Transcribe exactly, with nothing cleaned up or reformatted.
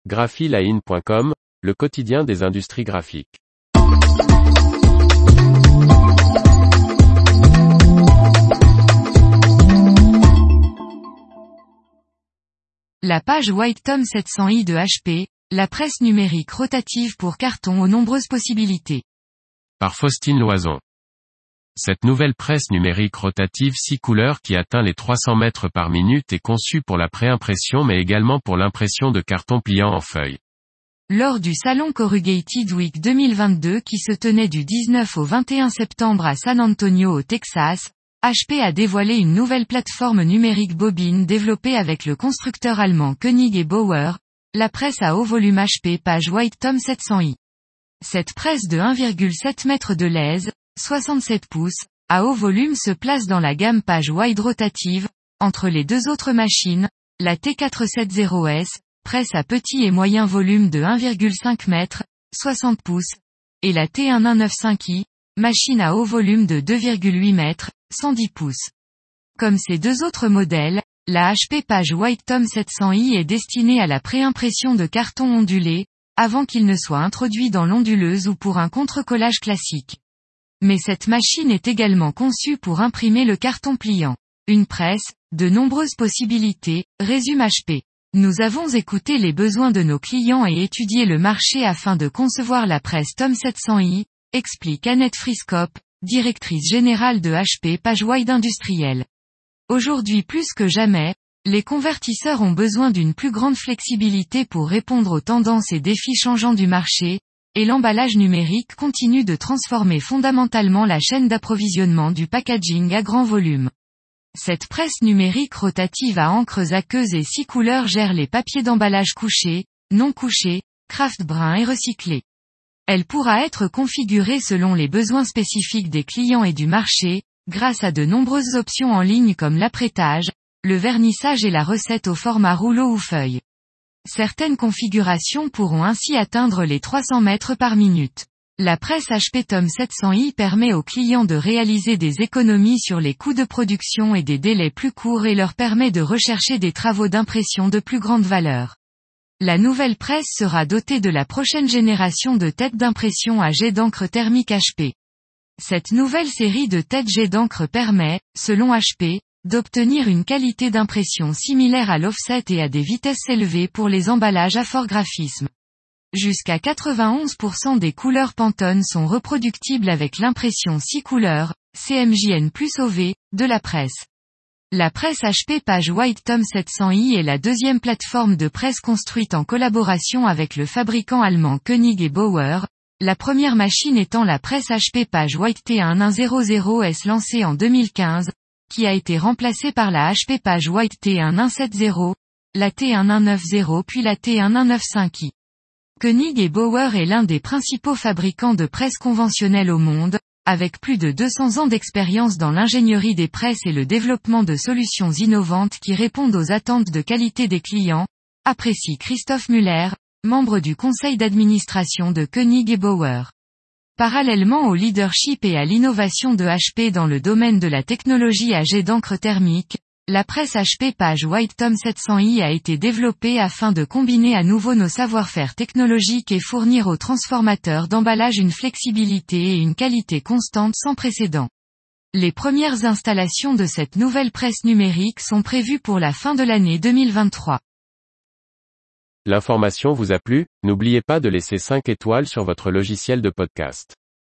graphiline point com, le quotidien des industries graphiques. La page White-Tom sept cents i de H P, la presse numérique rotative pour carton aux nombreuses possibilités. Par Faustine Loison. Cette nouvelle presse numérique rotative six couleurs qui atteint les trois cents mètres par minute est conçue pour la préimpression mais également pour l'impression de carton pliant en feuilles. Lors du salon Corrugated Week deux mille vingt-deux qui se tenait du dix-neuf au vingt et un septembre à San Antonio au Texas, H P a dévoilé une nouvelle plateforme numérique bobine développée avec le constructeur allemand Koenig et Bauer, la presse à haut volume H P Page White-Tom sept cents i. Cette presse de un virgule sept mètres de lèse, soixante-sept pouces, à haut volume se place dans la gamme Page Wide rotative, entre les deux autres machines, la T quatre cent soixante S, presse à petit et moyen volume de un virgule cinq mètres, soixante pouces, et la T mille cent quatre-vingt-quinze i, machine à haut volume de deux virgule huit mètres, cent dix pouces. Comme ces deux autres modèles, la H P Page White-Tom sept cents i est destinée à la préimpression de carton ondulé, avant qu'il ne soit introduit dans l'onduleuse ou pour un contre-collage classique. Mais cette machine est également conçue pour imprimer le carton pliant. Une presse, de nombreuses possibilités, résume H P. Nous avons écouté les besoins de nos clients et étudié le marché afin de concevoir la presse Tom sept cents i, explique Annette Friskop, directrice générale de H P Page Wide Industriel. Aujourd'hui plus que jamais, les convertisseurs ont besoin d'une plus grande flexibilité pour répondre aux tendances et défis changeants du marché, et l'emballage numérique continue de transformer fondamentalement la chaîne d'approvisionnement du packaging à grand volume. Cette presse numérique rotative à encres aqueuses et six couleurs gère les papiers d'emballage couchés, non couchés, craft brun et recyclés. Elle pourra être configurée selon les besoins spécifiques des clients et du marché, grâce à de nombreuses options en ligne comme l'apprêtage, le vernissage et la recette au format rouleau ou feuille. Certaines configurations pourront ainsi atteindre les trois cents mètres par minute. La presse H P Tom sept cents i permet aux clients de réaliser des économies sur les coûts de production et des délais plus courts et leur permet de rechercher des travaux d'impression de plus grande valeur. La nouvelle presse sera dotée de la prochaine génération de têtes d'impression à jet d'encre thermique H P. Cette nouvelle série de têtes jet d'encre permet, selon H P, d'obtenir une qualité d'impression similaire à l'offset et à des vitesses élevées pour les emballages à fort graphisme. Jusqu'à quatre-vingt-onze pour cent des couleurs Pantone sont reproductibles avec l'impression six couleurs, C M J N plus O V, de la presse. La presse H P Page White-Tom sept cents i est la deuxième plateforme de presse construite en collaboration avec le fabricant allemand Koenig et Bauer, la première machine étant la presse H P Page White T mille cent S lancée en deux mille quinze, qui a été remplacée par la H P Page White T mille cent soixante, la T mille cent quatre-vingt-dix puis la T mille cent quatre-vingt-quinze i. Koenig et Bauer est l'un des principaux fabricants de presses conventionnelles au monde, avec plus de deux cents ans d'expérience dans l'ingénierie des presses et le développement de solutions innovantes qui répondent aux attentes de qualité des clients, apprécie Christophe Muller, membre du conseil d'administration de Koenig et Bauer. Parallèlement au leadership et à l'innovation de H P dans le domaine de la technologie à jet d'encre thermique, la presse H P Page White-Tom sept cents i a été développée afin de combiner à nouveau nos savoir-faire technologiques et fournir aux transformateurs d'emballage une flexibilité et une qualité constante sans précédent. Les premières installations de cette nouvelle presse numérique sont prévues pour la fin de l'année deux mille vingt-trois. L'information vous a plu? N'oubliez pas de laisser cinq étoiles sur votre logiciel de podcast.